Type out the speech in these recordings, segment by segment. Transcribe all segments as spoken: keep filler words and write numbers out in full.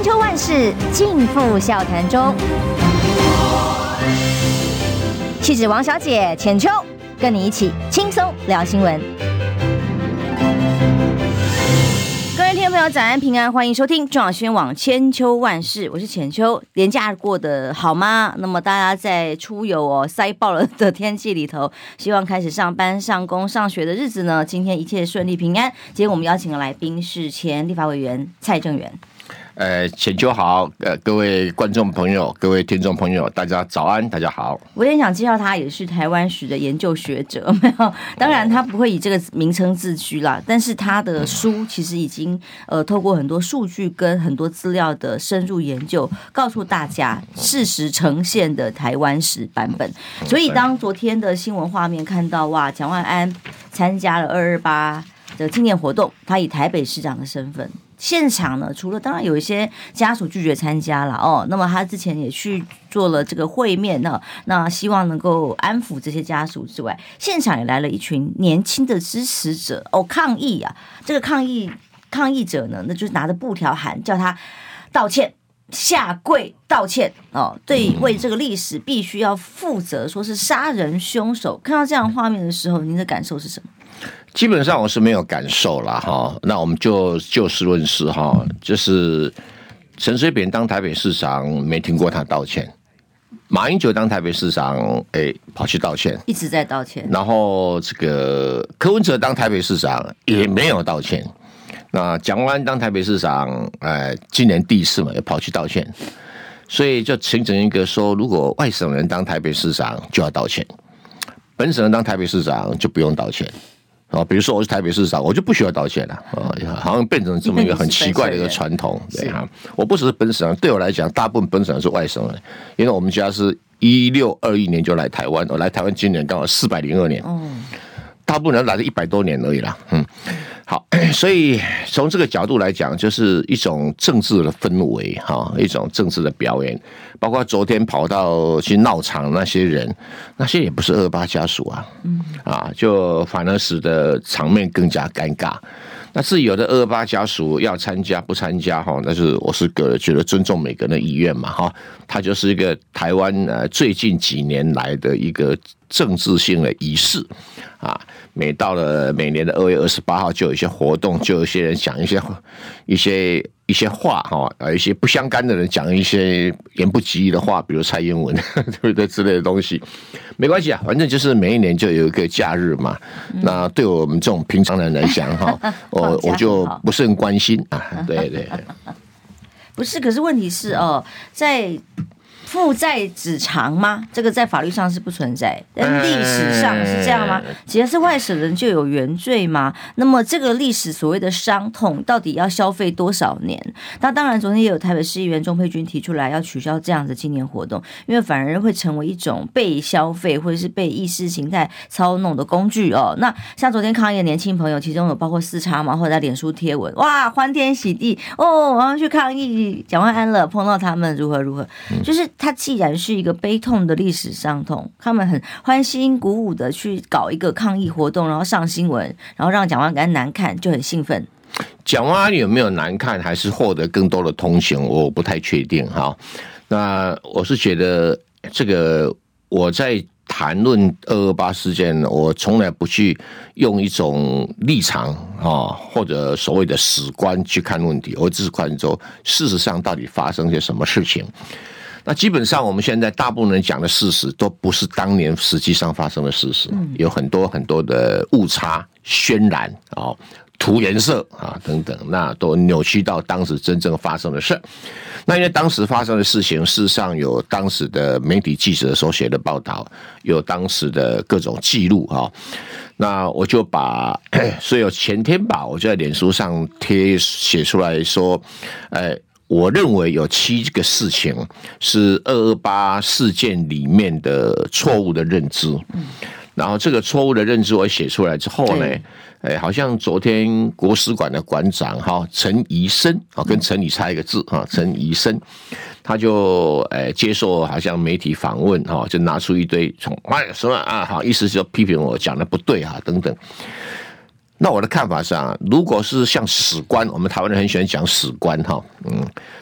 秋万事尽付笑谈中。气质王小姐浅秋，跟你一起轻松聊新闻。各位听众朋友，早安平安，欢迎收听中广新闻网千秋万事，我是浅秋。连假过得好吗？那么大家在出游哦塞爆了的天气里头，希望开始上班、上工、上学的日子呢，今天一切顺利平安。今天我们邀请的来宾是前立法委员蔡正元。 呃，浅秋好，呃，各位观众朋友、各位听众朋友，大家早安，大家好。 我也想介绍他，也是台湾史的研究学者，没有？当然他不会以这个名称自居啦，但是他的书其实已经呃透过很多数据跟很多资料的深入研究，告诉大家事实呈现的台湾史版本。所以当昨天的新闻画面看到哇，蒋万安参加了二二八的纪念活动，他以台北市长的身份。现场呢，除了当然有一些家属拒绝参加了哦，那么他之前也去做了这个会面呢，那希望能够安抚这些家属之外，现场也来了一群年轻的支持者哦，抗议啊，这个抗议抗议者呢，那就是拿着布条喊叫他道歉。下跪道歉哦，对，为这个历史必须要负责，说是杀人凶手。看到这样的画面的时候，您的感受是什么？ 基本上我是没有感受啦哈，那我们就就事论事哈，就是陈水扁当台北市长没听过他道歉，马英九当台北市长哎跑去道歉， 一直在道歉， 然后这个柯文哲当台北市长也没有道歉。那蒋万安当台北市长，哎，今年第一次嘛，也跑去道歉，所以就形成一个说，如果外省人当台北市长就要道歉，本省人当台北市长就不用道歉。哦，比如说我是台北市长，我就不需要道歉了，哦，好像变成这么一个很奇怪的一个传统。对哈，我不只是本省人，对我来讲，大部分本省人是外省人，因为我们家是一六二一年就来台湾，我来台湾今年刚好四百零二年，嗯，大部分人来了一百多年而已啦，嗯。好，所以从这个角度来讲，就是一种政治的氛围，哈，一种政治的表演。包括昨天跑到去闹场那些人，那些也不是二二八家属啊，嗯，啊，就反而使得场面更加尴尬。那至于有的二二八家属要参加不参加哈，那是我是个觉得尊重每个人的意愿嘛哈，它就是一个台湾呃最近几年来的一个政治性的仪式啊。每到了每年的二月二十八号，就有一些活动，就有一些人讲一些一些一些话哈，有一些不相干的人讲一些言不及义的话，比如蔡英文对不对之类的东西，没关系啊，反正就是每一年就有一个假日嘛。嗯、那对我们这种平常人来讲哈，我我就不是很关心啊，对对。 不是，可是问题是哦，在。负债子偿吗？这个在法律上是不存在，但历史上是这样吗？只要是外省人就有原罪吗？那么这个历史所谓的伤痛，到底要消费多少年？那当然，昨天也有台北市议员钟佩君提出来要取消这样的纪念活动，因为反而会成为一种被消费或者是被意识形态操弄的工具哦。那像昨天抗议的年轻朋友，其中有包括四叉嘛，或者在脸书贴文，哇，欢天喜地哦，我要去抗议蒋万安了，碰到他们如何如何，就是。它既然是一个悲痛的历史伤痛，他们很欢欣鼓舞的去搞一个抗议活动，然后上新闻，然后让蒋万安难看，就很兴奋。 蒋万安有没有难看，还是获得更多的同情，我不太确定哈。那我是觉得这个我在谈论二二八事件，我从来不去用一种立场啊或者所谓的史观去看问题，我只是看说事实上到底发生些什么事情。那基本上我们现在大部分人讲的事实都不是当年实际上发生的事实，有很多很多的误差、渲染啊、涂颜色啊等等，那都扭曲到当时真正发生的事。那因为当时发生的事情，事实上有当时的媒体记者所写的报道，有当时的各种记录啊。那我就把，所以有前天吧，我就在脸书上贴写出来说，呃。我认为有七个事情是二二八事件里面的错误的认知，然后这个错误的认知我写出来之后呢，哎，好像昨天国史馆的馆长哈陈怡生啊，跟陈怡差一个字哈，陈怡生，他就哎接受好像媒体访问哈，就拿出一堆从哎什么啊，好意思就批评我讲的不对哈等等。那我的看法是啊，如果是像史观，我们台湾人很喜欢讲史观哈，嗯，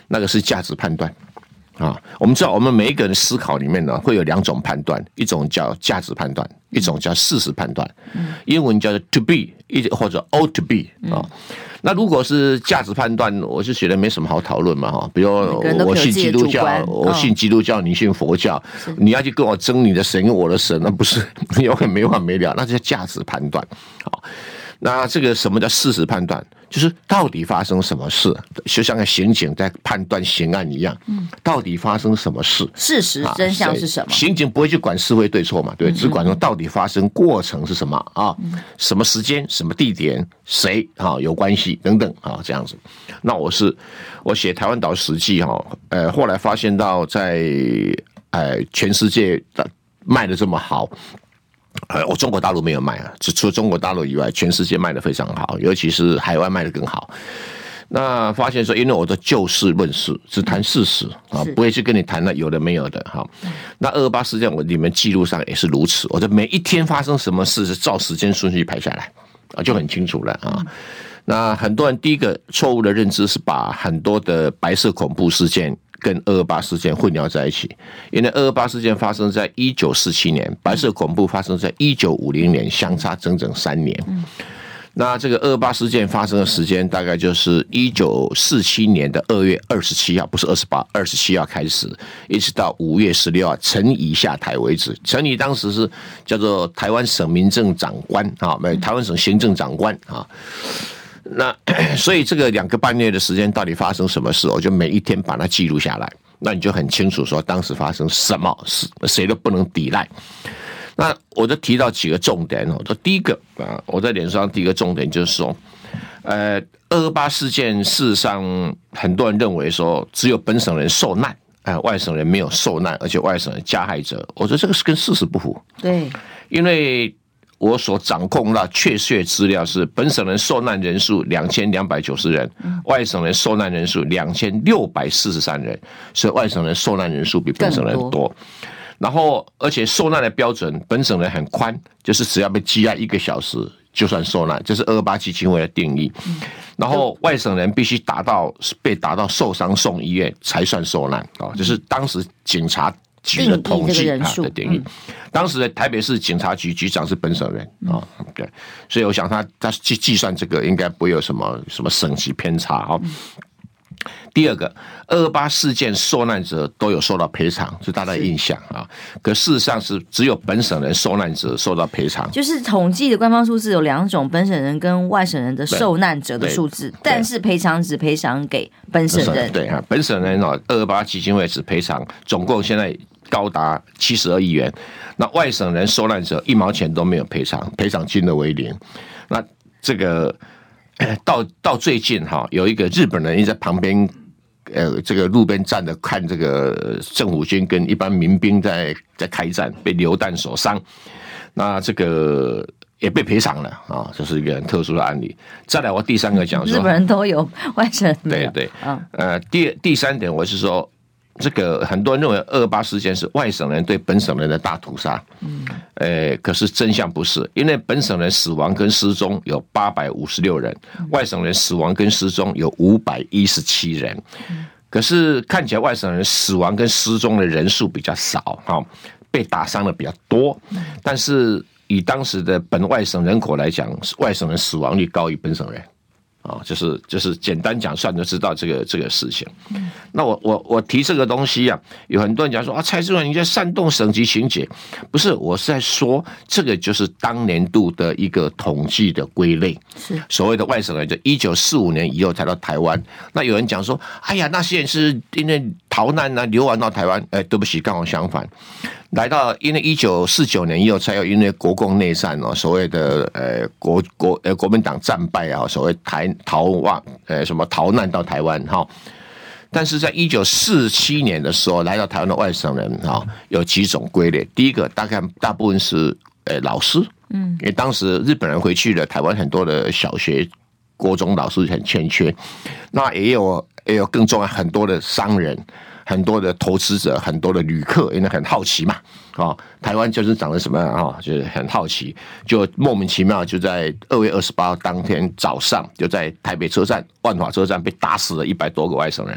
那个是价值判断。啊，我们知道，我们每一个人思考里面呢，会有两种判断，一种叫价值判断，一种叫事实判断。嗯、英文叫做 to be， 一或者 ought to be 啊。嗯、那如果是价值判断，我是觉得没什么好讨论嘛哈。比如我信基督教，我信基督教，你信佛教，哦、你要去跟我争你的神跟我的神，那不是永远没完没了，那叫价值判断。好，那这个什么叫事实判断？就是到底发生什么事，就像个刑警在判断刑案一样，嗯、到底发生什么事， 事实真相是什么？ 刑警不会去管是非对错嘛，对，只管说到底发生过程是什么啊，嗯、什么时间、什么地点、谁啊有关系等等啊，这样子。那我是我写《台湾岛史记》哈，呃，后来发现到在呃全世界卖的这么好。呃，我中国大陆没有卖啊，只除了中国大陆以外，全世界卖的非常好，尤其是海外卖的更好。那发现说，因为我的就事论事，只谈事实啊，不会去跟你谈那有的没有的哈。那二二八事件我里面记录上也是如此，我的每一天发生什么事是照时间顺序排下来啊，就很清楚了啊。那很多人第一个错误的认知是把很多的白色恐怖事件跟二二八事件混淆在一起，因为二二八事件发生在一九四七年，白色恐怖发生在一九五零年，相差整整三年。嗯、那这个二二八事件发生的时间大概就是一九四七年的二月二十七号，不是二十八，二十七号开始，一直到五月十六号陈仪下台为止。陈仪当时是叫做台湾省民政长官啊，台湾省行政长官啊。那所以这个两个半月的时间到底发生什么事，我就每一天把它记录下来，那你就很清楚说当时发生什么事，谁都不能抵赖。那我就提到几个重点哦，这第一个啊，我在脸上第一个重点就是说，呃，二二八事件事实上很多人认为说只有本省人受难，哎、呃，外省人没有受难，而且外省人加害者，我觉得这个是跟事实不符。 对， 因为我所掌控到确切资料是，本省人受难人数两千两百九十人，外省人受难人数两千六百四十三人，所以外省人受难人数比本省人多。然后，而且受难的标准，本省人很宽，就是只要被羁押一个小时就算受难，这是二二八基金会的定义。然后外省人必须达到被打到受伤送医院才算受难啊，就是当时警察局的统计啊的定义。当时的台北市警察局局长是本省人啊，对，所以我想他他去计算这个应该不会有什么什么省级偏差啊。第二个，二二八事件受难者都有受到赔偿，是大家的印象啊。可事实上是只有本省人受难者受到赔偿。就是统计的官方数字有两种，本省人跟外省人的受难者的数字，但是赔偿只赔偿给本省人。 对啊，本省人哦，二二八基金会只赔偿，总共现在高达七十二亿元。那外省人受难者一毛钱都没有赔偿，赔偿金额为零。那这个。到到最近哈，有一个日本人在旁边，呃，这个路边站着看这个政府军跟一般民兵在在开战，被流弹所伤，那这个也被赔偿了啊，这是一个很特殊的案例。再来，我第三个讲说， 日本人都有，外省人对对，呃，第第三点我是说。这个很多人认为二二八事件是外省人对本省人的大屠杀，嗯，呃，可是真相不是，因为本省人死亡跟失踪有八百五十六人，外省人死亡跟失踪有五百一十七人，可是看起来外省人死亡跟失踪的人数比较少，哈，被打伤的比较多，但是以当时的本外省人口来讲，外省人死亡率高于本省人。啊、哦，就是就是简单讲算就知道这个这个事情。嗯、那我我我提这个东西啊，有很多人讲说啊，蔡志文你在煽动省级情节，不是，我是在说这个就是当年度的一个统计的归类，是所谓的外省人，就一九四五年以后才到台湾。那有人讲说，哎呀，那些人是因为逃难啊流亡到台湾，哎，对不起，刚好相反。来到，因为一九四九年以后才有因为国共内战哦，所谓的呃国国呃国民党战败啊，所谓台逃亡呃什么逃难到台湾哈。但是在一九四七年的时候，来到台湾的外省人哈，有几种归类。第一个大概大部分是呃老师，嗯，因为当时日本人回去了，台湾很多的小学、国中老师很欠缺，那也有也有更重要很多的商人。很多的投资者，很多的旅客，因为很好奇嘛，啊、哦，台湾就是长得什么样啊、哦，就是很好奇，就莫名其妙就在二月二十八号当天早上，就在台北车站、万华车站被打死了一百多个外省人，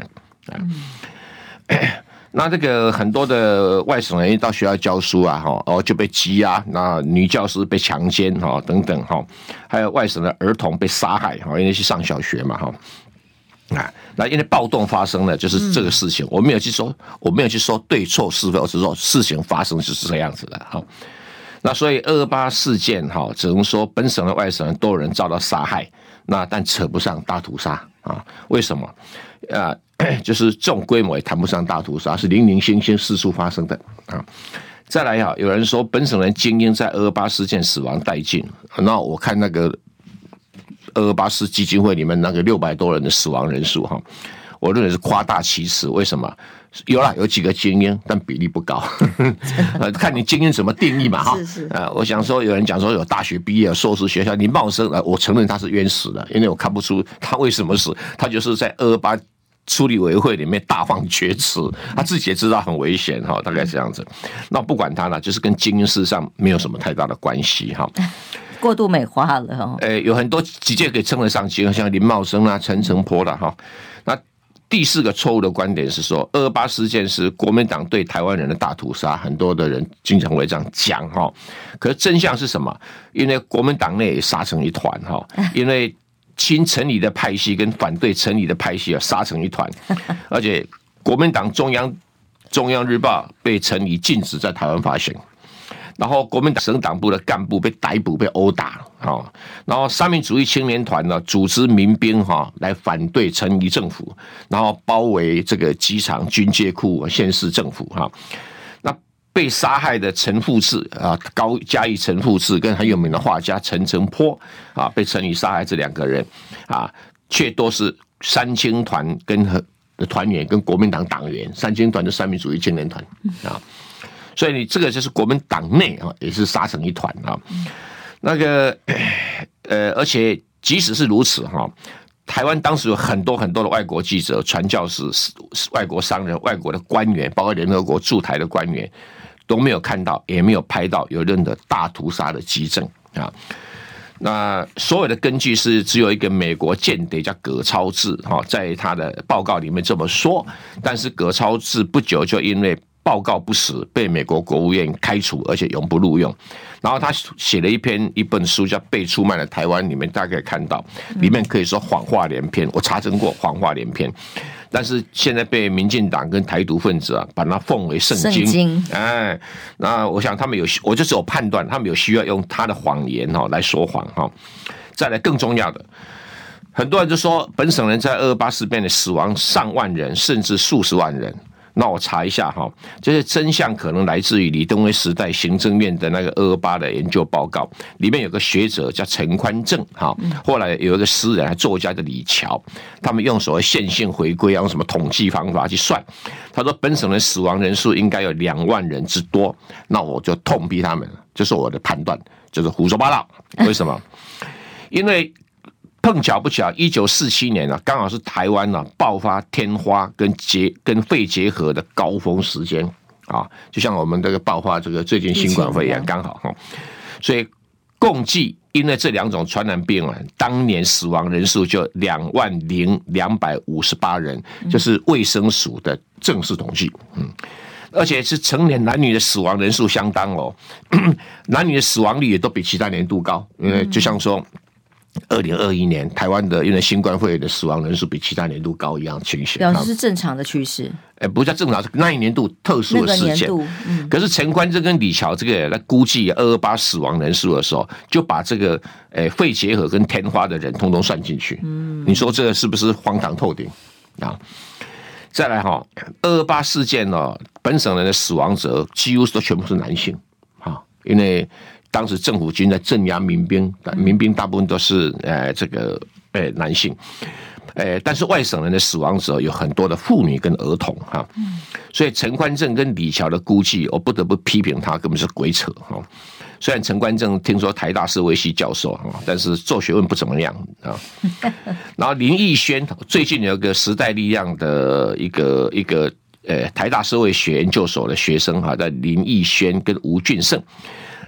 嗯、那这个很多的外省人到学校教书啊，哈，哦就被羁押，那女教师被强奸哈等等哈，还有外省的儿童被杀害哈，因为去上小学嘛哈。啊，那因为暴动发生了，就是这个事情，嗯、我没有去说，我没有去说对错是非，我只是说事情发生就是这样子的哈。那所以二二八事件哈，只能说本省的外省人都有人遭到杀害，那但扯不上大屠杀啊？为什么？啊，就是这种规模也谈不上大屠杀，是零零星星四处发生的啊。再来哈，有人说本省人精英在二二八事件死亡殆尽，那我看那个。二二八事基金会里面那个六百多人的死亡人数哈，我认为是夸大其词。为什么？有啦，有几个精英，但比例不高。看你精英怎么定义嘛哈。 是是。 呃，我想说，有人讲说有大学毕业、硕士学校，你冒生了，我承认他是冤死的，因为我看不出他为什么死，他就是在二二八处理委员会里面大放厥词，他自己也知道很危险哈，大概这样子。那不管他了，就是跟精英事实上没有什么太大的关系哈。 过度美化了哦， 呃，有很多直接可以称得上精英，像林茂生啦、陈澄波啦哈。那第四个错误的观点是说，二二八事件是国民党对台湾人的大屠杀，很多的人经常会这样讲哈。可是真相是什么？因为国民党内也杀成一团哈，因为亲陈李的派系跟反对陈李的派系啊杀成一团，而且国民党中央中央日报被陈李禁止在台湾发行。然后国民党省党部的干部被逮捕、被殴打，哈。然后三民主义青年团呢，组织民兵哈来反对陈仪政府，然后包围这个机场、军械库、县市政府哈。那被杀害的陈复志啊，高嘉义陈复志跟很有名的画家陈澄波啊，被陈仪杀害这两个人啊，却都是三青团跟的团员跟国民党党员，三青团就三民主义青年团啊。所以你这个就是国民党内啊，也是杀成一团啊。那个呃，而且即使是如此哈，台湾当时有很多很多的外国记者、传教士、外国商人、外国的官员，包括联合国驻台的官员，都没有看到，也没有拍到有任何大屠杀的迹证啊。那所有的根据是只有一个美国间谍叫葛超志哈，在他的报告里面这么说，但是葛超志不久就因为报告不实，被美国国务院开除，而且永不录用。然后他写了一篇一本书叫《被出卖的台湾》，里面大家可以看到，里面可以说谎话连篇。我查证过，谎话连篇。但是现在被民进党跟台独分子啊，把它奉为圣经。 圣经哎，那我想他们有，我就只有判断，他们有需要用他的谎言哈来说谎哈。再来更重要的，很多人就说本省人在二二八事变的死亡上万人，甚至数十万人。那我查一下哈，这些真相可能来自于李登辉时代行政院的那个二二八的研究报告，里面有个学者叫陈宽正哈，后来有一个诗人作家的李乔，他们用所谓线性回归，用什么统计方法去算，他说本省的死亡人数应该有两万人之多，那我就痛批他们，这是我的判断，就是胡说八道。为什么？因为碰巧不巧，一九四七年啊，刚好是台湾啊爆发天花跟结跟肺结核的高峰时间啊，就像我们这个爆发这个最近新冠肺炎刚好哈，所以共计因为这两种传染病啊，当年死亡人数就两万零两百五十八人，就是卫生署的正式统计，嗯。而且是成年男女的死亡人数相当哦，男女的死亡率也都比其他年度高，因为就像说。二零二一年台湾的因为新冠肺炎的死亡人数比其他年度高一样情形， 表示是正常的趋势。 哎，不叫正常，是那一年度特殊的事件。嗯、可是陈宽正跟李乔这个来估计二二八死亡人数的时候，就把这个诶肺结核跟天花的人通通算进去。嗯，你说这个是不是荒唐透顶啊？再来哈，二二八事件呢、哦，本省人的死亡者几乎都全部是男性啊，因为。当时政府军在镇压民兵，民兵大部分都是呃这个呃男性，呃，但是外省人的死亡者有很多的妇女跟儿童哈，所以陈宽正跟李乔的估计，我不得不批评他根本是鬼扯哈。虽然陈宽正听说台大社会系教授哈，但是做学问不怎么样啊。然后林义轩最近有一个时代力量的一个一个呃台大社会学研究所的学生哈，在林义轩跟吴俊胜。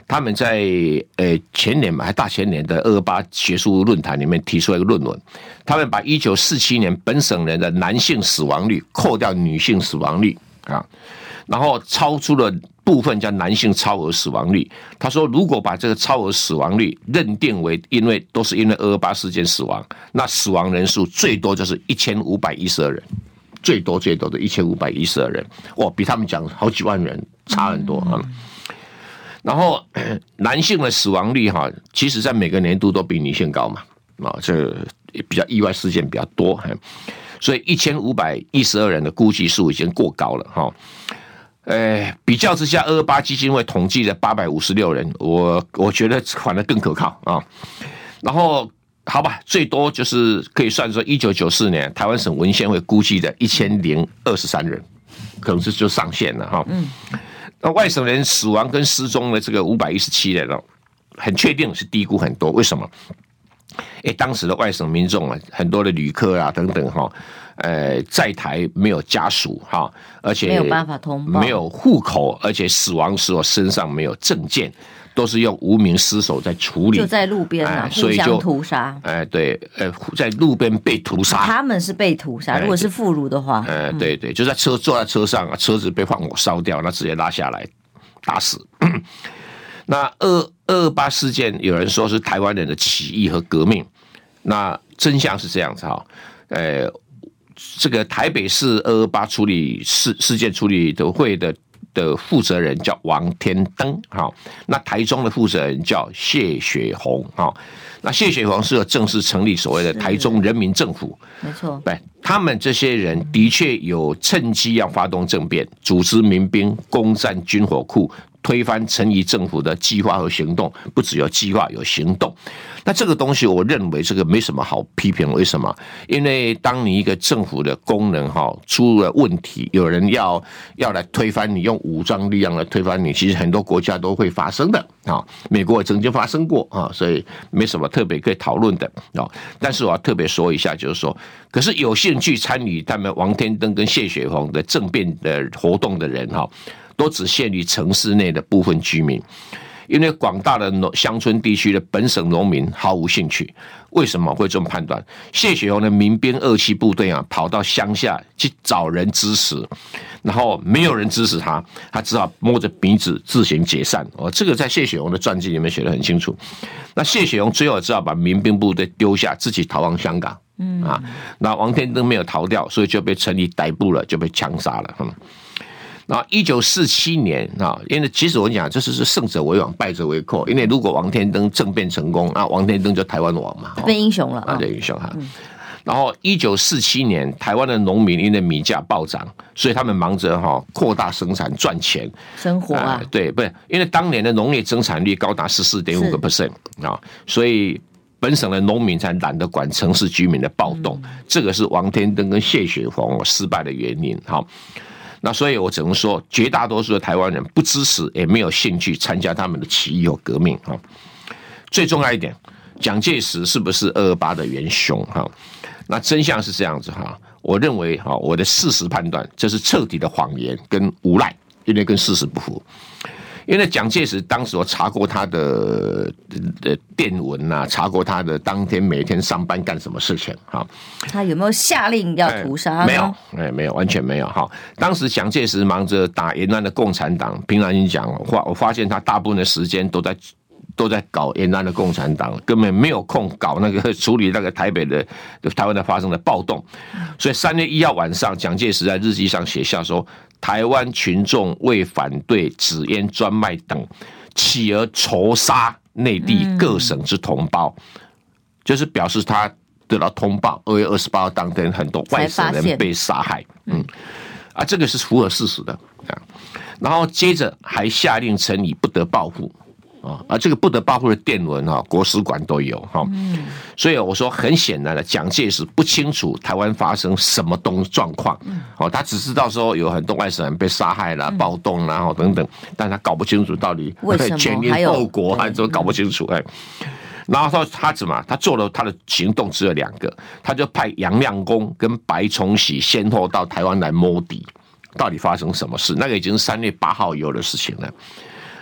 他们在呃前年嘛，还大前年的二二八学术论坛里面提出了一个论文，他们把一九四七年本省人的男性死亡率扣掉女性死亡率啊，然后超出了部分叫男性超额死亡率。他说，如果把这个超额死亡率认定为因为都是因为二二八事件死亡，那死亡人数最多就是一千五百一十二人，最多最多的一千五百一十二人，哇，比他们讲好几万人差很多啊。然后男性的死亡率哈，其实在每个年度都比女性高嘛，啊，这比较意外事件比较多，所以一千五百一十二人的估计数已经过高了哈。呃，比较之下，二二八基金会统计的八百五十六人，我我觉得反而更可靠啊。然后好吧，最多就是可以算说一九九四年台湾省文献会估计的一千零二十三人，可能是就上限了哈。嗯。那外省人死亡跟失踪的这个五百一十七人哦，很确定是低估很多。为什么？哎，当时的外省民众啊，很多的旅客啊等等哈，呃，在台没有家属哈，而且没有办法通报， 没有户口，而且死亡时候身上没有证件，都是用无名尸首在处理， 就在路边啊，互相屠杀。 哎，对，呃，在路边被屠杀， 他们是被屠杀。如果是妇孺的话， 呃，对对，就在车坐在车上啊，车子被放火烧掉，那直接拉下来打死。那二二二八事件，有人说是台湾人的起义和革命，那真相是这样子哈，呃，这个台北市二二八处理事事件处理的会的。的负责人叫王天登，哈，那台中的负责人叫谢雪红，哈，那谢雪红是有正式成立所谓的台中人民政府， 没错， 对，他们这些人的确有趁机要发动政变，组织民兵攻占军火库，推翻陈仪政府的计划和行动，不只有计划，有行动。那这个东西，我认为这个没什么好批评。为什么？因为当你一个政府的功能哈出了问题，有人要要来推翻你，用武装力量来推翻你，其实很多国家都会发生的啊。美国也曾经发生过啊，所以没什么特别可以讨论的啊。但是我要特别说一下，就是说，可是有兴趣参与他们王天登跟谢雪红的政变的活动的人哈，都只限于城市内的部分居民。因为广大的乡村地区的本省农民毫无兴趣，为什么会这么判断？谢雪红的民兵二期部队啊，跑到乡下去找人支持，然后没有人支持他，他只好摸着鼻子自行解散。哦，这个在谢雪红的传记里面写得很清楚。那谢雪红最后只好把民兵部队丢下，自己逃往香港。嗯啊，那王天登没有逃掉，所以就被陈仪逮捕了，就被枪杀了。嗯。那一九四七年啊，因为其实我跟你讲，这是胜者为王，败者为寇。因为如果王天登政变成功，那王天登就台湾王嘛， 变英雄了啊，对英雄哈。嗯、然后一九四七年，台湾的农民因为米价暴涨，所以他们忙着哈扩大生产赚钱生活啊、 呃。对，不是因为当年的农业增产率高达十四点五个 percent 啊，所以本省的农民才懒得管城市居民的暴动。嗯、这个是王天登跟谢雪红失败的原因哈。那所以我只能说，绝大多数的台湾人不支持，也没有兴趣参加他们的起义和革命哈。最重要一点，蒋介石是不是二二八的元凶哈？那真相是这样子哈。我认为哈，我的事实判断，这是彻底的谎言跟无赖，因为跟事实不符。因为蒋介石当时我查过他的的电文啊，查过他的当天每天上班干什么事情哈。 他有没有下令要屠杀呢？ 没有，哎，没有，完全没有哈。当时蒋介石忙着打延安的共产党，平常心讲，我我发现他大部分的时间都在都在搞延安的共产党，根本没有空搞那个处理那个台北的台湾的发生的暴动。所以三月一号晚上，蒋介石在日记上写下说，台湾群众为反对纸烟专卖等，起而仇杀内地各省之同胞，嗯、就是表示他得到通报，二月二十八号当天，很多外省人被杀害。嗯，啊，这个是符合事实的啊。然后接着还下令陈仪不得报复。啊，而这个不得报复的电文哈，国史馆都有哈，嗯、所以我说很显然的，蒋介石不清楚台湾发生什么东状况，哦、嗯，他只知道说有很多外省人被杀害啦、嗯、暴动啦，然等等，但他搞不清楚到底前因后果，还怎么搞不清楚哎。然后他他怎么？他做了他的行动只有两个，他就派杨亮公跟白崇禧先后到台湾来摸底，到底发生什么事？那个已经是三月八号有的事情了。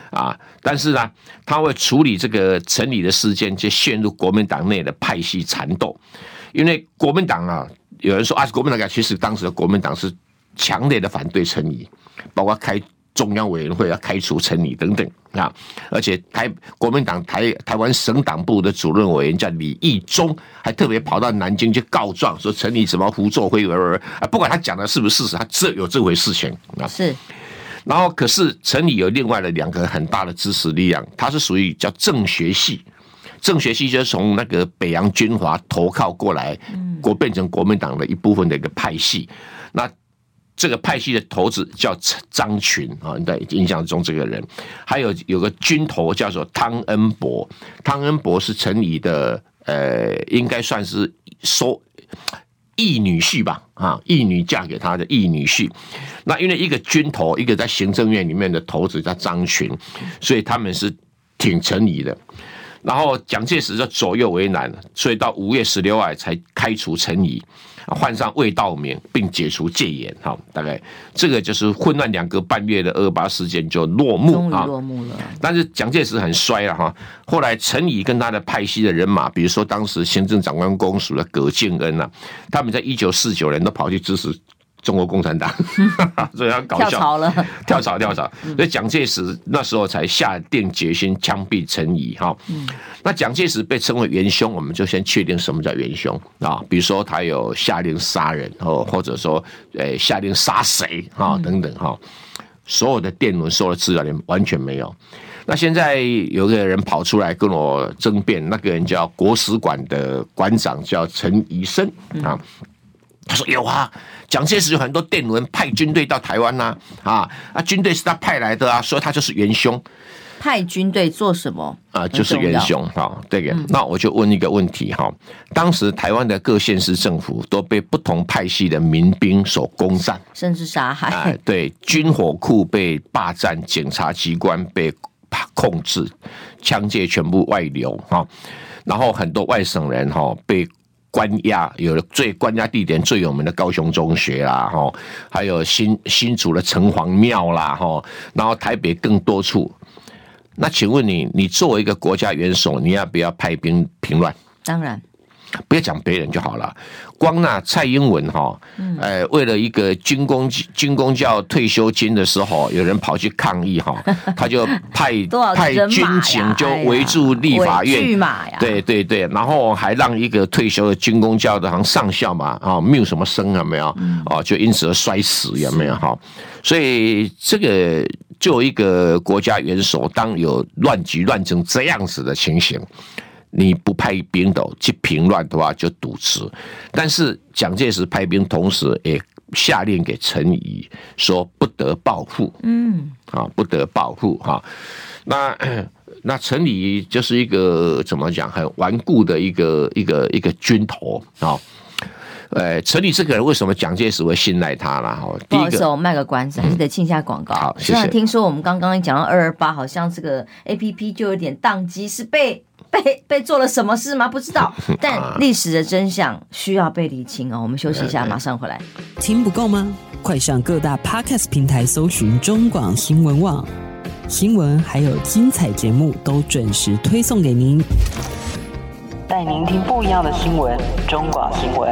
啊，但是呢，他会处理这个陈李的事件，就陷入国民党内的派系缠斗。因为国民党啊，有人说啊，国民党其实当时的国民党是强烈的反对陈李，包括开中央委员会要开除陈李等等啊，而且台国民党台台湾省党部的主任委员叫李义忠，还特别跑到南京去告状，说陈李什么胡作非为啊，不管他讲的是不是事实，他这有这回事情啊。 是。 然后，可是陈李有另外的两个很大的支持力量，他是属于叫政学系，政学系就是从那个北洋军阀投靠过来，国变成国民党的一部分的一个派系。那这个派系的头子叫张群啊，你在印象中这个人，还有有个军头叫做汤恩伯，汤恩伯是陈李的呃，应该算是收。义女婿吧，啊，义女嫁给他的义女婿。那因为一个军头，一个在行政院里面的头子叫张群，所以他们是挺陈李的。然后蒋介石就左右为难，所以到五月十六日才开除陈李，换上魏道明，并解除戒严。哈，大概这个就是混乱两个半月的二二八事件就落幕， 终于落幕了。 但是蒋介石很衰了哈，后来陈李跟他的派系的人马，比如说当时行政长官公署的葛敬恩啊，他们在一九四九年都跑去支持中国共产党，所以他搞笑， 跳槽了， 跳槽跳槽。所以蒋介石那时候才下定决心枪毙陈李哈。那蒋介石被称为元凶，我们就先确定什么叫元凶啊？比如说他有下令杀人，或或者说呃下令杀谁啊等等哈。所有的电文、所有的资料里完全没有。那现在有个人跑出来跟我争辩，那个人叫国史馆的馆长，叫陈宜生啊。他说有啊，蒋介石有很多电文派军队到台湾呐、啊，啊啊，军队是他派来的啊，所以他就是元凶。 派军队做什么啊？就是元凶哈。这个，那我就问一个问题哈：当时台湾的各县市政府都被不同派系的民兵所攻占， 甚至杀害。 啊、对，军火库被霸占，检察机关被控制，枪械全部外流哈。然后很多外省人哈被关押，有最关押地点最有名的高雄中学啦，哈，还有新新竹的城隍庙啦，哈，然后台北更多处。那请问你，你作为一个国家元首，你要不要派兵平乱？ 当然， 不要讲别人就好了。光那蔡英文哈，呃，为了一个军公军公教退休金的时候，有人跑去抗议哈，他就派派军警就围住立法院，对对对，然后还让一个退休的军公教的好像上校嘛，啊，没有什么生有没有？哦，就因此而摔死有没有？哈，所以这个就一个国家元首，当有乱局乱成这样子的情形，你不派兵斗去平乱的话，就渎职。但是蒋介石派兵，同时也下令给陈仪说不得报复，嗯，啊，不得报复哈。那那陈仪就是一个怎么讲，很顽固的一个一个一个军头啊。呃，陈李这个人为什么蒋介石会信赖他啦？哈， 第一个，我卖个关子，还是得进一下广告。 好，谢谢。 虽然听说我们刚刚讲到二二八，好像这个 A P P 就有点宕机，是被被被做了什么事吗？不知道。但历史的真相需要被理清哦。我们休息一下，马上回来。 听不够吗？快上各大 Podcast 平台搜寻中广新闻网，新闻还有精彩节目都准时推送给您。带您听不一样的新闻，中广新闻。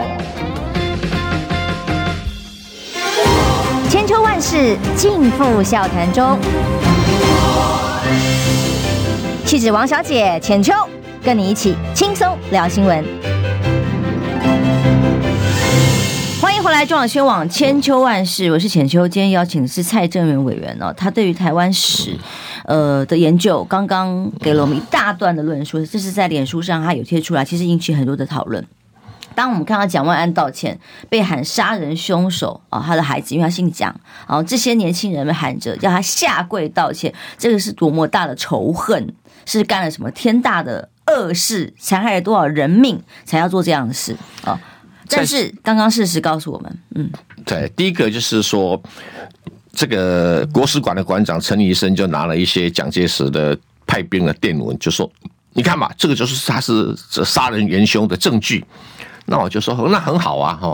千秋万世尽付笑谈中。气质王小姐浅秋，跟你一起轻松聊新闻。 欢迎回来，中广新闻网千秋万世，我是浅秋。今天邀请的是蔡正元委员哦，他对于台湾史呃的研究，刚刚给了我们一大段的论述，这是在脸书上他有贴出来，其实引起很多的讨论。当我们看到蒋万安道歉，被喊杀人凶手啊、哦，他的孩子因为他姓蒋，然后这些年轻人们喊着要他下跪道歉，这个是多么大的仇恨，是干了什么天大的恶事，残害了多少人命才要做这样的事啊、哦？但是刚刚事实告诉我们，嗯， 对，第一个就是说，这个国史馆的馆长陈宜生就拿了一些蒋介石的派兵的电文，就说你看嘛，这个就是他是杀人元凶的证据。那我就说那很好啊，哈，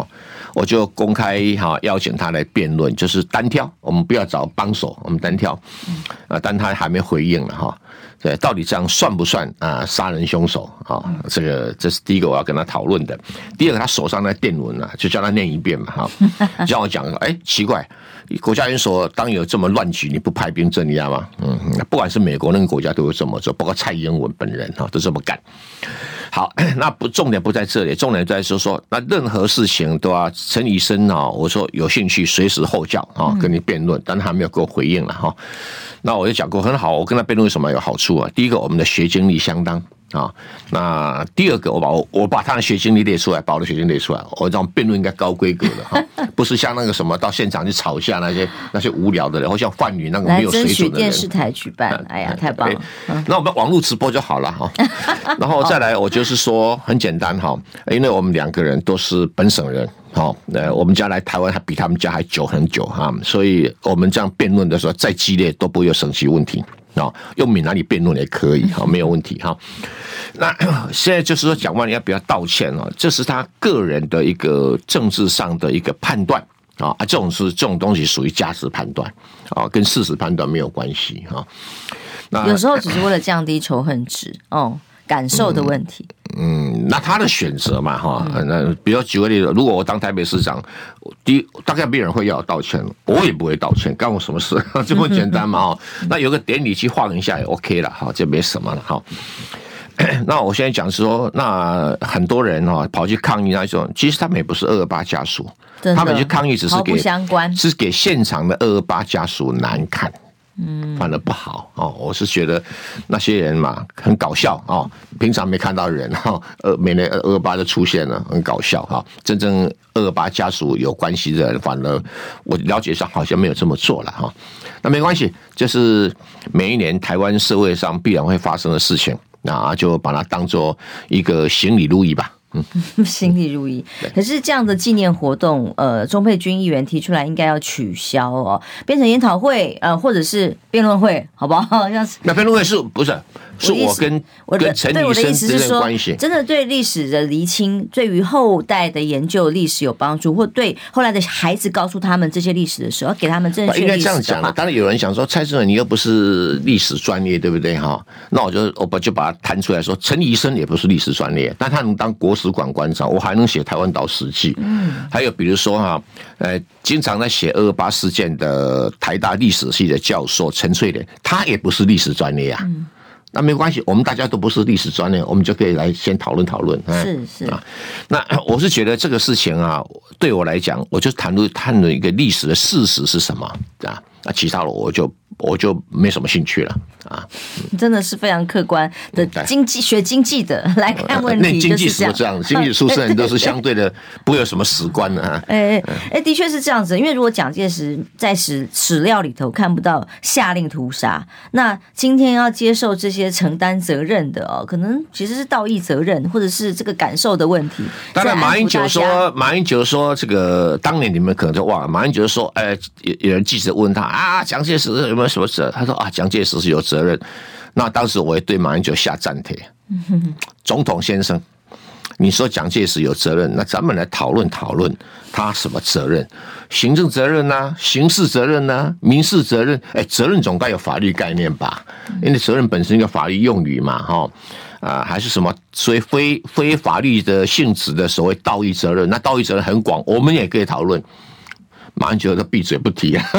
我就公开哈邀请他来辩论，就是单挑，我们不要找帮手，我们单挑。啊，但他还没回应了哈。对，到底这样算不算啊杀人凶手啊？这个这是第一个我要跟他讨论的。第二个，他手上那电文啊，就叫他念一遍嘛哈。叫我讲，哎，奇怪，国家元首当有这么乱局，你不派兵镇压吗？嗯，不管是美国那个国家都会这么做，包括蔡英文本人哈都这么干。好，那不重点不在这里，重点在说说，那任何事情都要陈以森啊，我说有兴趣随时候教啊，跟你辩论，但他还没有给我回应了哈。那我就讲过很好，我跟他辩论有什么有好处啊？第一个，我们的学经历相当啊。那第二个，我把我我把他的学经历列出来，把我的学经历列出来，我这种辩论应该高规格的哈，不是像那个什么到现场去吵架那些那些无聊的人，或像范宇那个没有水准的人。来争取电视台举办，哎呀，太棒了！ 那我们网络直播就好了哈。然后再来，我就是说很简单哈，因为我们两个人都是本省人。好，呃，我们家来台湾还比他们家还久很久哈，所以我们这样辩论的时候再激烈都不会有省级问题啊，用闽南语辩论也可以哈，没有问题哈。那现在就是说，蒋万安要不要道歉啊？这是他个人的一个政治上的一个判断啊，这种是这种东西属于价值判断啊，跟事实判断没有关系哈。 那有时候只是为了降低仇恨值哦。感受的问题， 嗯，那他的选择嘛，哈，那比如举个例子，如果我当台北市长，第一大概没有人会要我道歉，我也不会道歉，干我什么事？这么简单嘛，哈，那有个典礼去晃一下也 OK 了，哈，这没什么了，哈。那我现在讲说，那很多人哈跑去抗议那种，其实他们也不是二二八家属，他们去抗议只是给相关， 是给现场的二二八家属难看。嗯，反而不好哦。我是觉得那些人嘛，很搞笑哦。平常没看到人哈，呃，每年二二八就出现了，很搞笑哈。真正二二八家属有关系的人，反而我了解上好像没有这么做了哈。那没关系，就是每一年台湾社会上必然会发生的事情，那就把它当做一个行礼如仪吧。 嗯，心里如意。可是这样的纪念活动，呃，钟佩君议员提出来应该要取消哦，变成研讨会，呃，或者是辩论会，好不好？像是那辩论会是不是？是我跟我跟陈以森之间的关系， 真的对历史的厘清，对于后代的研究历史有帮助，或对后来的孩子告诉他们这些历史的时候，要给他们正确历史。应该这样讲的。当然有人想说，蔡志文你又不是历史专业，对不对哈？那我就我就把它弹出来说，陈以森也不是历史专业，但他能当国史馆馆长，我还能写台湾岛史记。嗯，还有比如说哈，呃，经常在写二二八事件的台大历史系的教授陈翠莲，他也不是历史专业啊。嗯，那没关系，我们大家都不是历史专业，我们就可以来先讨论讨论。 是是啊，那我是觉得这个事情啊，对我来讲，我就谈论谈论一个历史的事实是什么啊，那其他的我就我就没什么兴趣了啊。 真的是非常客观的经济学经济的来看问题， 经济史这样，经济出身人都是相对的不会有什么史观的啊。 哎哎，的确是这样子，因为如果蒋介石在史史料里头看不到下令屠杀，那今天要接受这些承担责任的哦，可能其实是道义责任，或者是这个感受的问题。 当然，马英九说，马英九说这个当年你们可能就忘了，马英九说，哎，有有人记者问他啊，蒋介石有没有什么责？他说啊，蒋介石是有责任。那当时我也对马英九下战帖，总统先生，你说蒋介石有责任，那咱们来讨论讨论他什么责任？行政责任啊，刑事责任啊，民事责任？哎，责任总该有法律概念吧？因为责任本身一个法律用语嘛，哈。啊，还是什么所谓非非法律的性质的所谓道义责任？那道义责任很广，我们也可以讨论。马英九都闭嘴不提啊，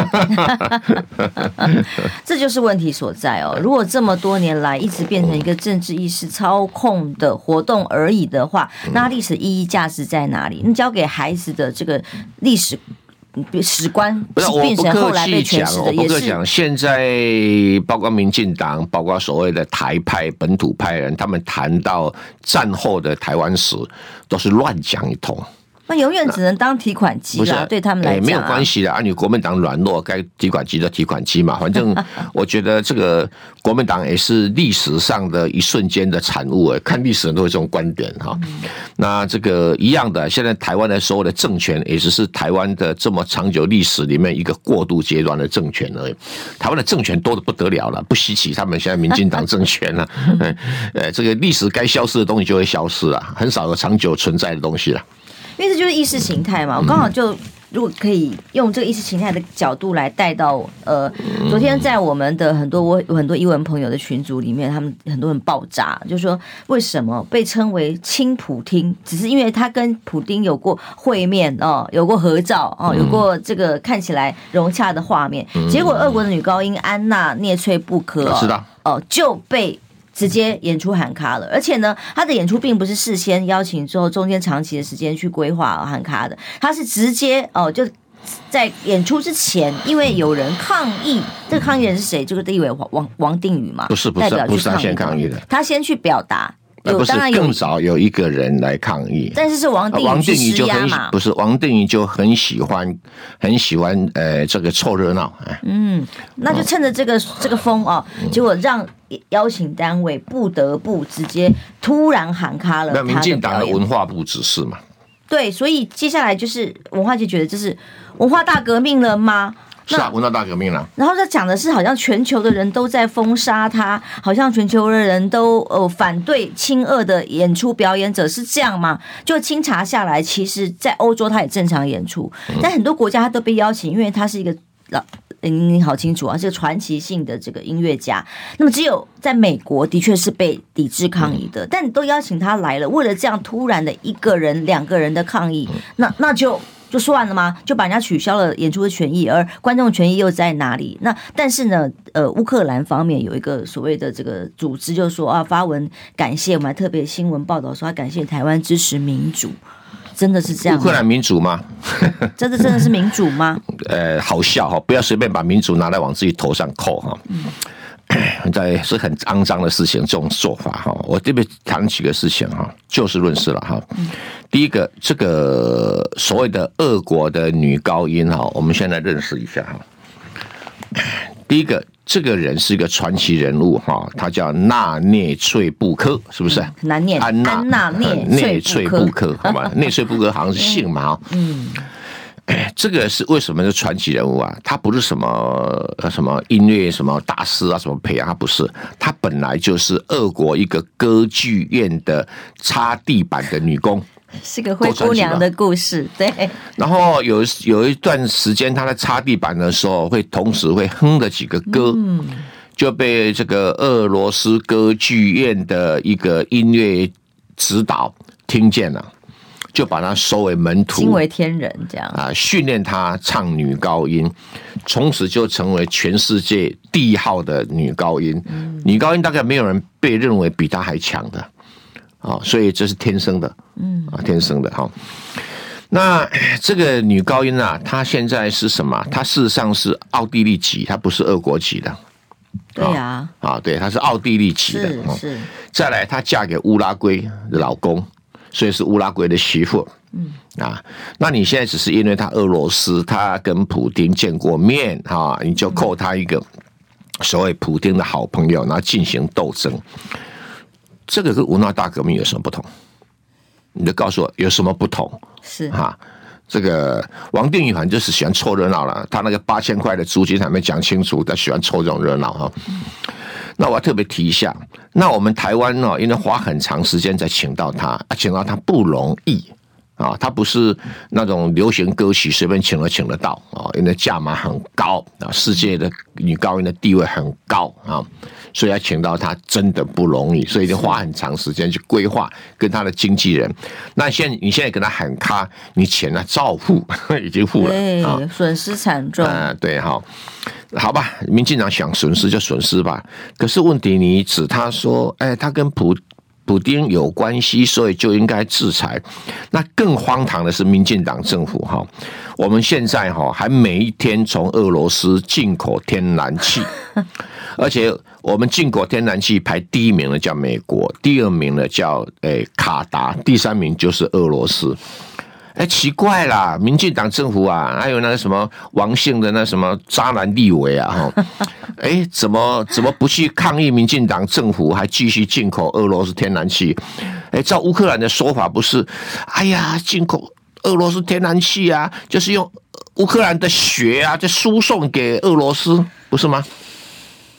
这就是问题所在哦。如果这么多年来一直变成一个政治意识操控的活动而已的话，那历史意义价值在哪里？你交给孩子的这个历史史观， 不是我不客气讲，我不客气讲。现在包括民进党，包括所谓的台派、本土派人，他们谈到战后的台湾史，都是乱讲一通。 那永远只能当提款机啦，对他们来讲、啊欸、 没有关系的啊。你国民党软弱，该提款机就提款机嘛。反正我觉得这个国民党也是历史上的一瞬间的产物、欸。看历史人都有这种观点哈。嗯、那这个一样的，现在台湾的所有的政权，也只是台湾的这么长久历史里面一个过渡阶段的政权而已。台湾的政权多得不得了了，不稀奇。他们现在民进党政权了、啊，呃，这个历史该消失的东西就会消失了，很少有长久存在的东西了。 因为这就是意识形态嘛。我刚好就如果可以用这个意识形态的角度来带到呃，昨天在我们的很多我有很多艺文朋友的群组里面，他们很多人爆炸，就说为什么被称为亲普丁，只是因为他跟普丁有过会面哦，有过合照哦，有过这个看起来融洽的画面，结果俄国的女高音安娜涅翠布科哦， 知道哦就被直接演出喊卡了，而且呢，他的演出并不是事先邀请之后中间长期的时间去规划喊卡的，他是直接哦就在演出之前，因为有人抗议，这个抗议人是谁？这个地位王王定宇嘛？ 不是不是不是他先抗议的， 他先去表达。 有不是更早有一个人来抗议， 但是是王定宇去施压嘛？ 不是王定宇就很喜欢很喜欢呃这个凑热闹， 嗯，那就趁着这个、嗯、这个风哦，结果让邀请单位不得不直接突然喊卡了他的表演。 那民进党的文化部指示嘛？ 对，所以接下来就是文化界觉得这是文化大革命了吗？ 是啊，文化大革命了。 然后他讲的是，好像全球的人都在封杀他，好像全球的人都呃反对亲俄的演出表演者，是这样吗？就清查下来，其实在欧洲他也正常演出，但很多国家他都被邀请，因为他是一个老。你好清楚啊，是个传奇性的这个音乐家。那么只有在美国的确是被抵制抗议的，但你都邀请他来了，为了这样突然的一个人、两个人的抗议，那那就就算了吗？就把人家取消了演出的权益，而观众权益又在哪里？那但是呢，呃，乌克兰方面有一个所谓的这个组织，就说啊，发文感谢，我们还特别新闻报道说，他感谢台湾支持民主。真的是这样吗？ 乌克兰民主吗？ 真的真的是民主吗？ 呃，好笑哈，不要随便把民主拿来往自己头上扣哈。嗯，在是很肮脏的事情，这种做法哈。我这边谈几个事情哈，就事论事了哈。嗯、第一个，这个所谓的俄国的女高音哈，我们现在认识一下哈。第一个，这个人是一个传奇人物哈，他叫纳涅翠布科，是不是？ 很难念， 安娜安娜涅涅翠布科，好吧？涅翠布科好像是姓嘛，嗯。这个是为什么是传奇人物啊？他不是什么什么音乐什么大师啊，什么培养，他不是，他本来就是俄国一个歌剧院的擦地板的女工。 是个灰姑娘的故事，对。 然后有有一段时间，他在擦地板的时候，会同时会哼的几个歌，嗯、就被这个俄罗斯歌剧院的一个音乐指导听见了，就把他收为门徒， 惊为天人，这样啊，训练他唱女高音，从此就成为全世界第一号的女高音。嗯、女高音大概没有人被认为比她还强的。啊、哦，所以这是天生的，嗯啊，天生的哈。那这个女高音啊，她现在是什么？她事实上是奥地利籍，她不是俄国籍的。 对呀、啊， 啊，对，她是奥地利籍的。 是是。 再来，她嫁给乌拉圭的老公，所以是乌拉圭的媳妇。嗯啊，那你现在只是因为她俄罗斯，她跟普丁见过面哈、啊，你就扣她一个所谓普丁的好朋友，然后进行斗争。这个跟文化大革命有什么不同？你就告诉我有什么不同？ 是哈，这个王定宇反正就是喜欢凑热闹了，他那个八千块的租金还没讲清楚，他喜欢凑这种热闹哈。嗯、那我要特别提一下，那我们台湾呢，因为花很长时间才请到他，啊，请到他不容易啊，他不是那种流行歌曲随便请了请得到啊，因为价码很高啊，世界的女高音的地位很高啊。所以要请到他真的不容易，所以就花很长时间去规划跟他的经纪人。那现在你现在跟他喊卡，你钱呢照付，已经付了， 对，啊、损失惨重啊，对哈，好吧，民进党想损失就损失吧。可是问题你指他说，哎，他跟普普丁有关系，所以就应该制裁。那更荒唐的是，民进党政府哈，我们现在哈还每一天从俄罗斯进口天然气。而且我们进口天然气排第一名的叫美国，第二名的叫诶卡达，第三名就是俄罗斯。哎，奇怪啦，民进党政府啊，还有那个什么王姓的那什么渣男立委啊，哈，哎，怎么怎么不去抗议民进党政府，还继续进口俄罗斯天然气？哎，照乌克兰的说法，不是，哎呀，进口俄罗斯天然气啊，就是用乌克兰的血啊，就输送给俄罗斯，不是吗？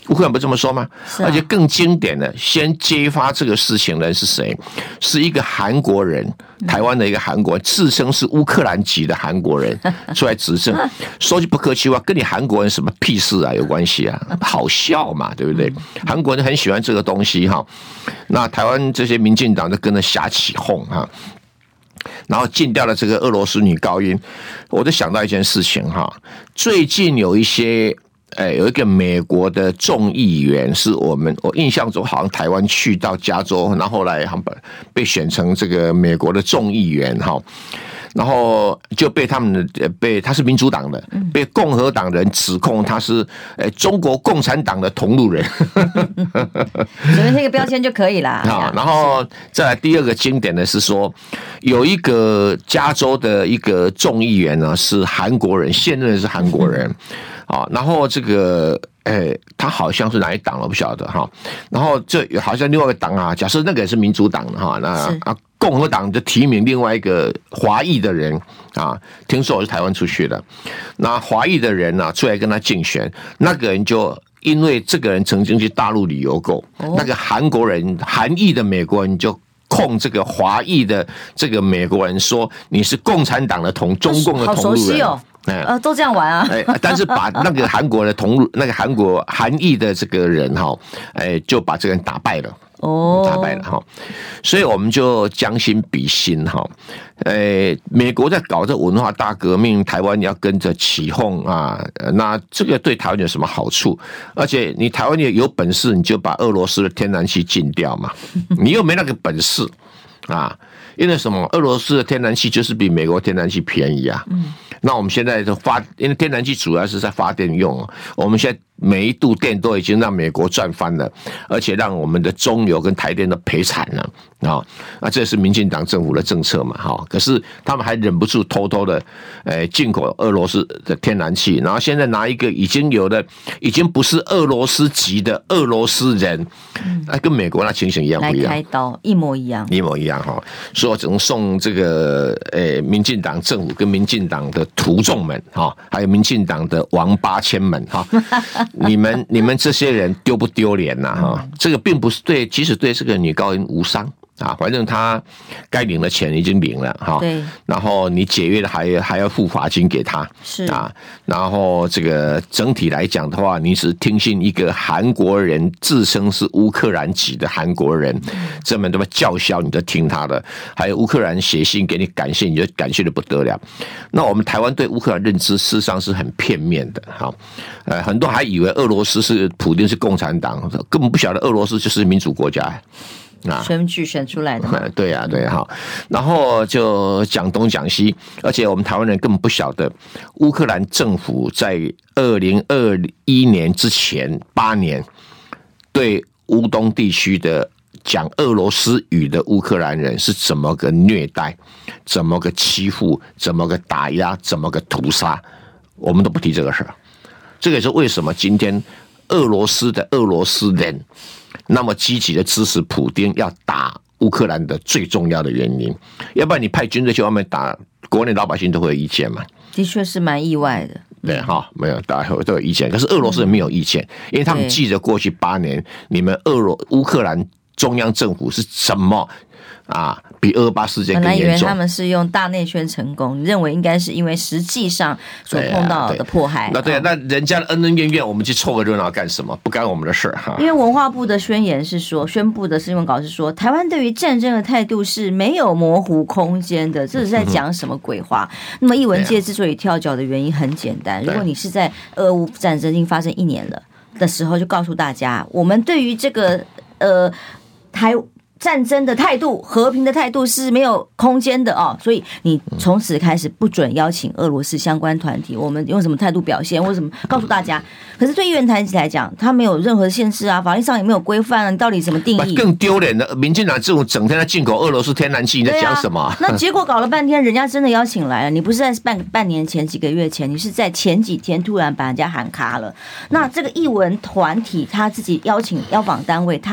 乌克兰不这么说吗？而且更经典的，先揭发这个事情的人是谁？是一个韩国人，台湾的一个韩国人，自称是乌克兰籍的韩国人出来指证。说句不客气话，跟你韩国人什么屁事啊？有关系啊？好笑嘛，对不对？韩国人很喜欢这个东西哈。那台湾这些民进党就跟着瞎起哄哈。然后禁掉了这个俄罗斯女高音，我就想到一件事情哈。最近有一些。哎，有一个美国的众议员，是我们我印象中好像台湾去到加州，然后后来好像被选成这个美国的众议员哈，然后就被他们的被他是民主党的，被共和党人指控他是哎中国共产党的同路人， 只能贴个标签就可以啦。 好，然后再来第二个经典的是说，有一个加州的一个众议员呢是韩国人，现任是韩国人。啊，然后这个，诶，他好像是哪一党了，不晓得哈。然后这好像另外一个党啊，假设那个也是民主党的哈，那啊共和党就提名另外一个华裔的人啊，听说我是台湾出去的，那华裔的人呢、啊、出来跟他竞选，那个人就因为这个人曾经去大陆旅游过，哦、那个韩国人韩裔的美国人就。控这个华裔的这个美国人说你是共产党的同中共的同路人，好熟悉哦，呃，都这样玩啊。 哎，但是把那个韩国的同路那个韩国韩裔的这个人哈，哎，就把这个人打败了。哦，打败了哈，所以我们就将心比心哈。呃，美国在搞这文化大革命，台湾要跟着起哄啊，那这个对台湾有什么好处？而且你台湾也有本事，你就把俄罗斯的天然气禁掉嘛，你又没那个本事啊。因为什么？俄罗斯的天然气就是比美国天然气便宜啊。嗯，那我们现在的发，因为天然气主要是在发电用，我们现在每一度电都已经让美国赚翻了，而且让我们的中油跟台电都赔惨了啊！那这是民进党政府的政策嘛？哈，可是他们还忍不住偷偷的，呃，进口俄罗斯的天然气，然后现在拿一个已经有的，已经不是俄罗斯籍的俄罗斯人，啊，跟美国那情形一样不一样？ 来开刀，一模一样， 一模一样哈！所以我只能送这个呃，民进党政府跟民进党的徒众们哈，还有民进党的王八千们哈，你们你们这些人丢不丢脸呐哈？这个并不是对，即使对这个女高音无伤。啊，反正他该领的钱已经领了哈，对，然后你解约了还还要付罚金给他， 是啊，然后这个整体来讲的话，你只听信一个韩国人自称是乌克兰籍的韩国人，这么这么叫嚣，你就听他的，还有乌克兰写信给你感谢，你就感谢的不得了。那我们台湾对乌克兰认知事实上是很片面的哈，呃，很多还以为俄罗斯是普丁是共产党，根本不晓得俄罗斯就是民主国家。 啊，选举选出来的嘛， 对呀、啊，对哈、啊，然后就讲东讲西，而且我们台湾人根本不晓得，乌克兰政府在二零二一年之前八年，对乌东地区的讲俄罗斯语的乌克兰人是怎么个虐待，怎么个欺负，怎么个打压，怎么个屠杀，我们都不提这个事儿。这个也是为什么今天俄罗斯的俄罗斯人那么积极的支持普丁要打乌克兰的最重要的原因，要不然你派军队去外面打，国内老百姓都会有意见嘛。 的确是蛮意外的。 对哈，没有，大家都有意见，可是俄罗斯人没有意见，因为他们记得过去八年你们俄罗乌克兰中央政府是怎么啊，比二二八事件更严重。 本来以为他们是用大内宣成功，你认为应该是因为实际上所碰到的迫害。 那对、啊，那人家的恩恩怨怨，我们去凑个热闹干什么？不干我们的事哈。 因为文化部的宣言是说，宣布的新闻稿是说，台湾对于战争的态度是没有模糊空间的，这是在讲什么鬼话？嗯、那么艺文界之所以跳脚的原因很简单，如果你是在俄乌战争已经发生一年了的时候，就告诉大家，我们对于这个呃台。战争的态度，和平的态度是没有空间的哦，所以你从此开始不准邀请俄罗斯相关团体，我们用什么态度表现，或什么告诉大家。可是对议员团体来讲，他没有任何限制啊，法律上也没有规范啊，你到底怎么定义？ 更丢脸的，民进党这种整天在进口俄罗斯天然气，你在讲什么、啊？ 那结果搞了半天，人家真的邀请来了，你不是在半半年前、几个月前，你是在前几天突然把人家喊卡了。那这个艺文团体他自己邀请邀访单位，他要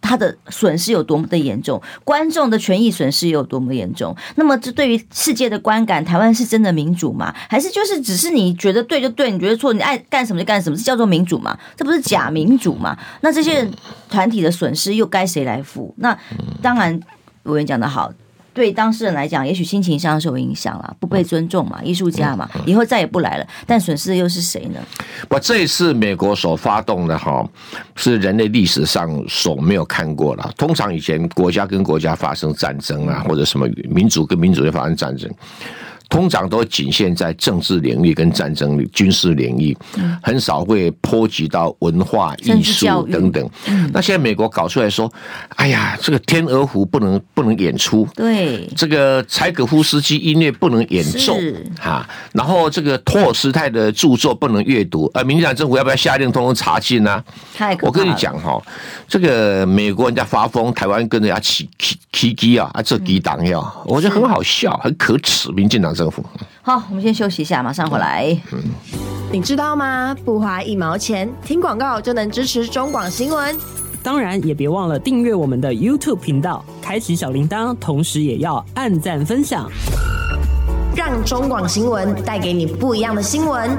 它的损失有多么的严重，观众的权益损失有多么严重。那么这对于世界的观感，台湾是真的民主吗？还是就是只是你觉得对就对，你觉得错，你爱干什么就干什么，这叫做民主吗？这不是假民主吗？那这些团体的损失又该谁来付？那当然委员讲得好，对当事人来讲，也许心情上是有影响啦，不被尊重嘛，艺术家嘛，以后再也不来了。但损失的又是谁呢？ 我这一次美国所发动的哈，是人类历史上所没有看过的。通常以前国家跟国家发生战争啊，或者什么民族跟民族就发生战争，通常都仅限在政治领域跟战争领军事领域，很少会波及到文化艺术等等。那现在美国搞出来说，哎呀，这个天鹅湖不能不能演出， 对， 这个柴可夫斯基音乐不能演奏哈，然后这个托尔斯泰的著作不能阅读，呃，民进党政府要不要下令通通查禁啊？我跟你讲哈，这个美国人家发疯，台湾跟人家起起起机啊，啊这几党呀，我觉得很好笑，很可耻，民进党政府。 好，我们先休息一下，马上回来。 嗯， 你知道吗？不花一毛钱，听广告就能支持中广新闻。 当然，也别忘了订阅我们的 YouTube 频道，开启小铃铛，同时也要按赞分享， 让中广新闻带给你不一样的新闻。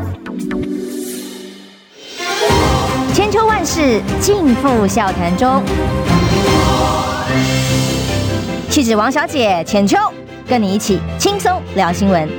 千秋万世尽付笑谈中，气质王小姐浅秋，跟你一起轻松聊新闻。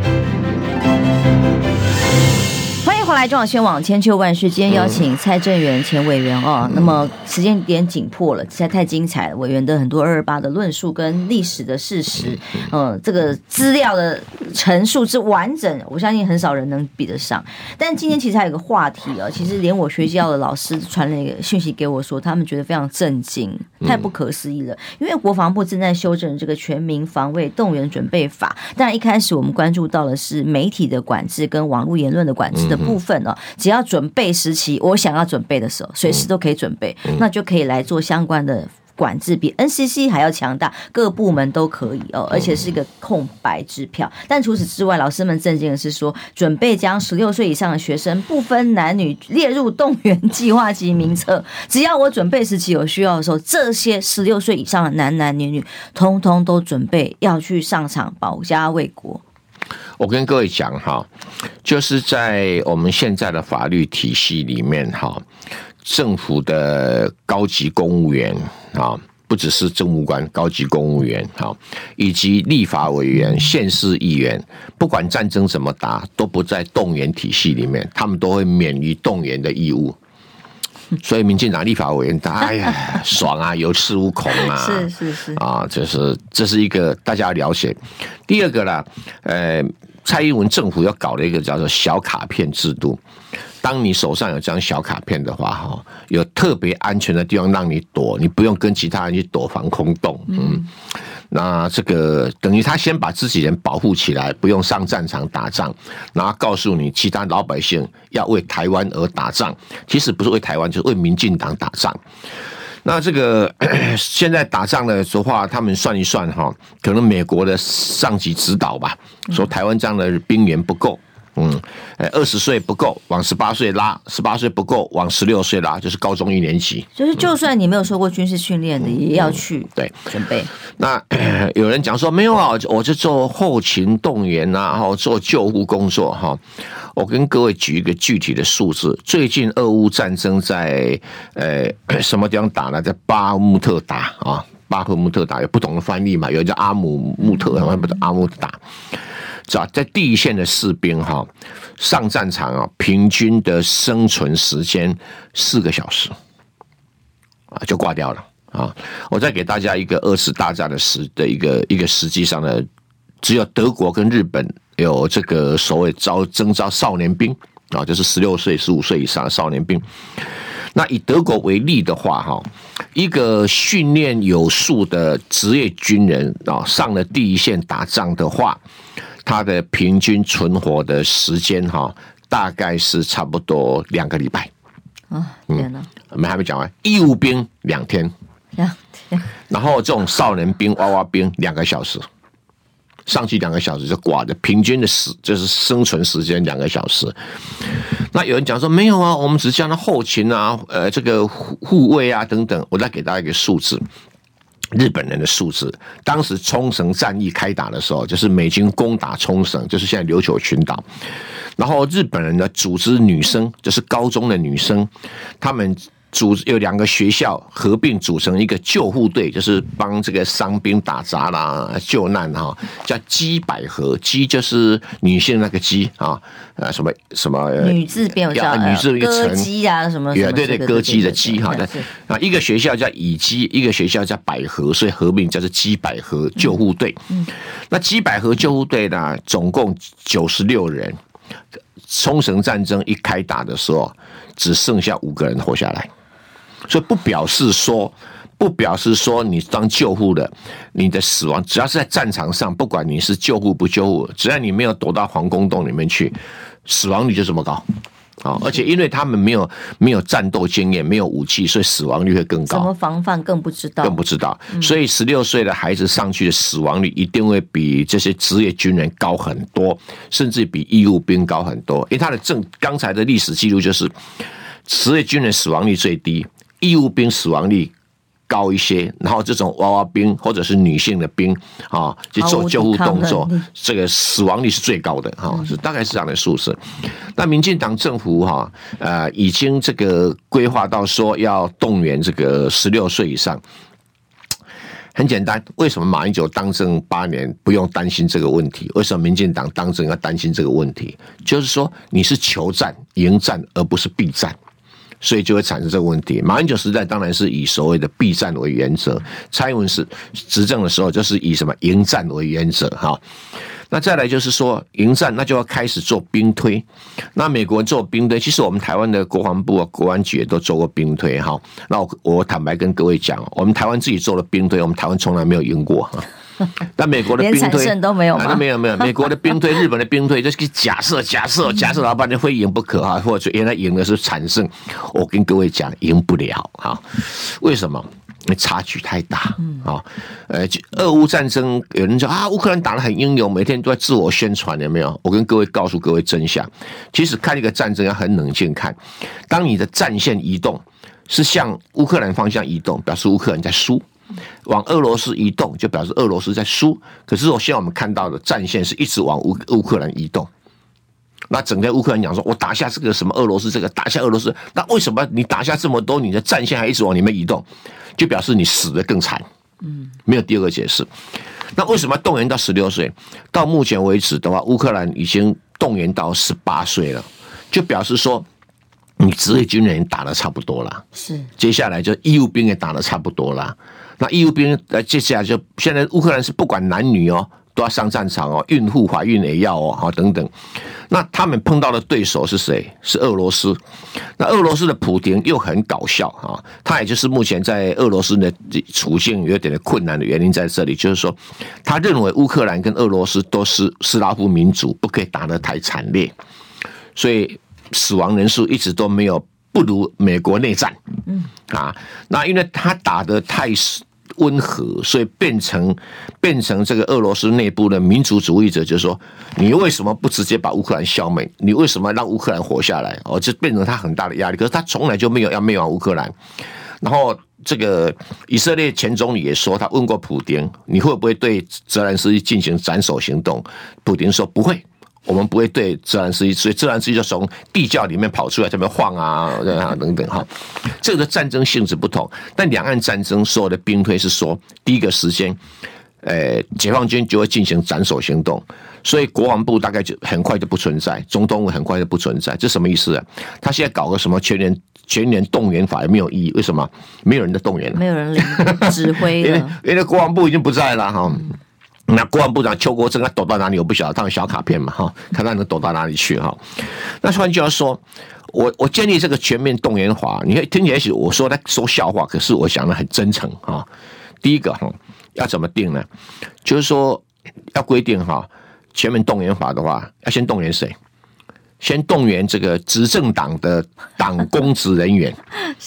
欢迎回来，中广新闻网千秋万世。今天邀请蔡正元前委员哦，那么时间点紧迫了，实在太精彩了。委员的很多二二八的论述跟历史的事实，呃，这个资料的陈述之完整，我相信很少人能比得上。但今天其实还有个话题哦，其实连我学校的老师传了一个讯息给我说，他们觉得非常震惊，太不可思议了。因为国防部正在修正这个全民防卫动员准备法，当然一开始我们关注到的是媒体的管制跟网络言论的管制的部分。部分哦，只要准备时期，我想要准备的时候，随时都可以准备，那就可以来做相关的管制，比 N C C 还要强大，各部门都可以哦，而且是一个空白支票。但除此之外，老师们震惊的是说，准备将十六岁以上的学生不分男女列入动员计划及名册，只要我准备时期有需要的时候，这些十六岁以上的男男女女，通通都准备要去上场保家卫国。 我跟各位讲哈，就是在我们现在的法律体系里面哈，政府的高级公务员啊，不只是政务官、高级公务员哈，以及立法委员、县市议员，不管战争怎么打，都不在动员体系里面，他们都会免于动员的义务。所以民进党立法委员，哎呀，爽啊，有恃无恐啊， 是是是啊，就是这是一个大家要了解。第二个啦，呃，蔡英文政府要搞的一个叫做小卡片制度。当你手上有这张小卡片的话，哈，有特别安全的地方让你躲，你不用跟其他人去躲防空洞，嗯。那这个等于他先把自己人保护起来，不用上战场打仗，然后告诉你其他老百姓要为台湾而打仗，其实不是为台湾，就是为民进党打仗。那这个现在打仗的话，他们算一算哈，可能美国的上级指导吧，说台湾这样的兵源不够。嗯，二十岁不够，往十八岁拉；十八岁不够，往十六岁拉，就是高中一年级。 就是，就算你没有受过军事训练的，也要去对准备。 那有人讲说没有啊，我就做后勤动员啊，然后做救护工作哈。我跟各位举一个具体的数字，最近俄乌战争在呃什么地方打呢？在巴穆特打啊，巴赫穆特打有不同的翻译嘛，有人叫阿姆穆特，然后不是阿穆特打。在第一线的士兵哈，上战场啊，平均的生存时间四个小时啊，就挂掉了啊。我再给大家一个二次大战的时的一个一个实际上的，只有德国跟日本有这个所谓招征召少年兵啊，就是十六岁、十五岁以上的少年兵。那以德国为例的话，哈，一个训练有素的职业军人啊，上了第一线打仗的话，他的平均存活的时间哈，大概是差不多两个礼拜。 啊，天哪！ 我们还没讲完，义务兵两天， 两天， 然后这种少年兵、娃娃兵两个小时， 上去两个小时就挂的，平均的时就是生存时间两个小时。那有人讲说没有啊，我们只叫他后勤啊，呃，这个护卫啊等等。我再给大家一个数字。日本人的数字，当时冲绳战役开打的时候，就是美军攻打冲绳，就是现在琉球群岛。然后日本人呢组织女生，就是高中的女生，他们组有两个学校合并组成一个救护队，就是帮这个伤兵打杂啦、救难哈，叫姬百合。姬就是女性那个姬啊，呃，什么什么女字边有叫女字一个歌姬啊，什么什么对对歌姬的姬哈。啊，一个学校叫乙姬，一个学校叫百合，所以合并叫做姬百合救护队。嗯，那姬百合救护队呢，总共九十六人。冲绳战争一开打的时候，只剩下五个人活下来，所以不表示说，不表示说你当救护的，你的死亡只要是在战场上，不管你是救护不救护，只要你没有躲到防空洞里面去，死亡率就这么高。哦，而且因为他们没有没有战斗经验，没有武器，所以死亡率会更高。 怎么防范更不知道， 更不知道。所以十六岁的孩子上去的死亡率一定会比这些职业军人高很多，甚至比义务兵高很多。因为他的正刚才的历史记录就是，职业军人死亡率最低，义务兵死亡率高一些，然后这种娃娃兵或者是女性的兵啊，去做救护动作，这个死亡率是最高的哈，是大概是这样的数字。那民进党政府哈，呃，已经这个规划到说要动员这个十六岁以上。很简单，为什么马英九当政八年不用担心这个问题？为什么民进党当政要担心这个问题？就是说你是求战、迎战，而不是避战。所以就会产生这个问题。马英九时代当然是以所谓的避战为原则，蔡英文是执政的时候就是以什么迎战为原则哈。那再来就是说迎战，那就要开始做兵推。那美国做兵推，其实我们台湾的国防部啊、国安局也都做过兵推哈。那我我坦白跟各位讲，我们台湾自己做了兵推，我们台湾从来没有赢过哈。但美国的兵推连产胜都没有吗？ 啊、没有没有，美国的兵推、日本的兵推，就是假设假设假设老板会赢不可哈，或者原来赢的是产胜，我跟各位讲，赢不了哈。为什么？差距太大啊！呃，俄乌战争有人说啊，乌克兰打得很英勇，每天都在自我宣传，有没有？我跟各位告诉各位真相，其实看一个战争要很冷静看，当你的战线移动是向乌克兰方向移动，表示乌克兰在输。往俄罗斯移动，就表示俄罗斯在输。可是我现在我们看到的战线是一直往乌乌克兰移动。那整个乌克兰讲说，我打下这个什么俄罗斯，这个打下俄罗斯，那为什么你打下这么多，你的战线还一直往里面移动？就表示你死得更惨。嗯，没有第二个解释。那为什么动员到十六岁？到目前为止的话，乌克兰已经动员到十八岁了，就表示说。你职业军人打得差不多了， 是接下来就义务兵也打得差不多了。那义务兵呃，接下来就现在乌克兰是不管男女哦，都要上战场哦，孕妇怀孕也要哦，好等等。那他们碰到的对手是谁？是俄罗斯。那俄罗斯的普丁又很搞笑啊，他也就是目前在俄罗斯的处境有点困难的原因在这里，就是说他认为乌克兰跟俄罗斯都是斯拉夫民族，不可以打得太惨烈，所以。死亡人数一直都没有不如美国内战，嗯啊，那因为他打得太温和，所以变成变成这个俄罗斯内部的民族主义者，就是说，你为什么不直接把乌克兰消灭？你为什么让乌克兰活下来？哦，就变成他很大的压力。可是他从来就没有要灭亡乌克兰。然后这个以色列前总理也说，他问过普丁，你会不会对泽连斯基进行斩首行动？普丁说不会。我们不会对泽连斯基，所以泽连斯基就从地窖里面跑出来，这边晃啊等等哈。这个战争性质不同，但两岸战争所有的兵推是说，第一个时间，呃，解放军就会进行斩首行动，所以国防部大概就很快就不存在，中东很快就不存在，这什么意思啊？他现在搞个什么全年全年动员法也没有意义，为什么？没有人在动员了， 没有人领指挥了， 因为因为国防部已经不在了哈。嗯那国防部长邱国正他躲到哪里我不晓得，他有小卡片嘛哈，看他能躲到哪里去哈。那换句话说，我我建立这个全面动员法，你听起来许我说在说笑话，可是我想的很真诚哈。第一个哈要怎么定呢？就是说要规定哈，全面动员法的话，要先动员谁？先动员这个执政党的党公职人员， 是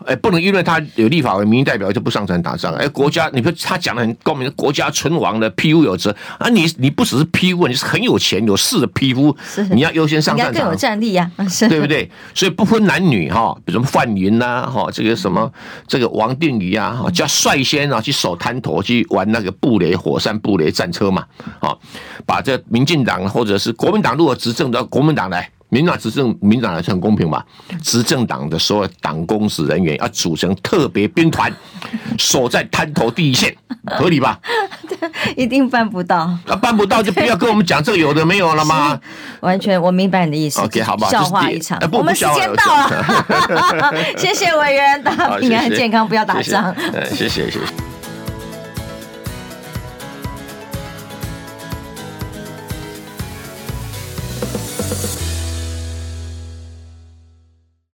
哎，不能因为他有立法为民意代表就不上场打仗。哎，国家，你说他讲的很高明，国家存亡的匹夫有责啊！你你不只是匹夫，你是很有钱有势的匹夫，你要优先上战场， 应该更有战力呀、啊， 对不对？所以不分男女哈，比如说范云呐，哈，这个什么这个王定宇啊，哈，就要率先啊去守滩头，去玩那个布雷火山布雷战车嘛，啊，把这民进党或者是国民党如果执政的国民党来。民党执政，民党还是很公平嘛。执政党的所有党公职人员要组成特别兵团，守在滩头第一线，合理吧？ 一定办不到。 啊，办不到就不要跟我们讲这个有的没有了吗？ 完全，我明白你的意思。 OK， 好吧， 笑话一场。 不我们时间到了，谢谢委员，大家平安健康，不要打仗。 谢谢，谢谢。谢谢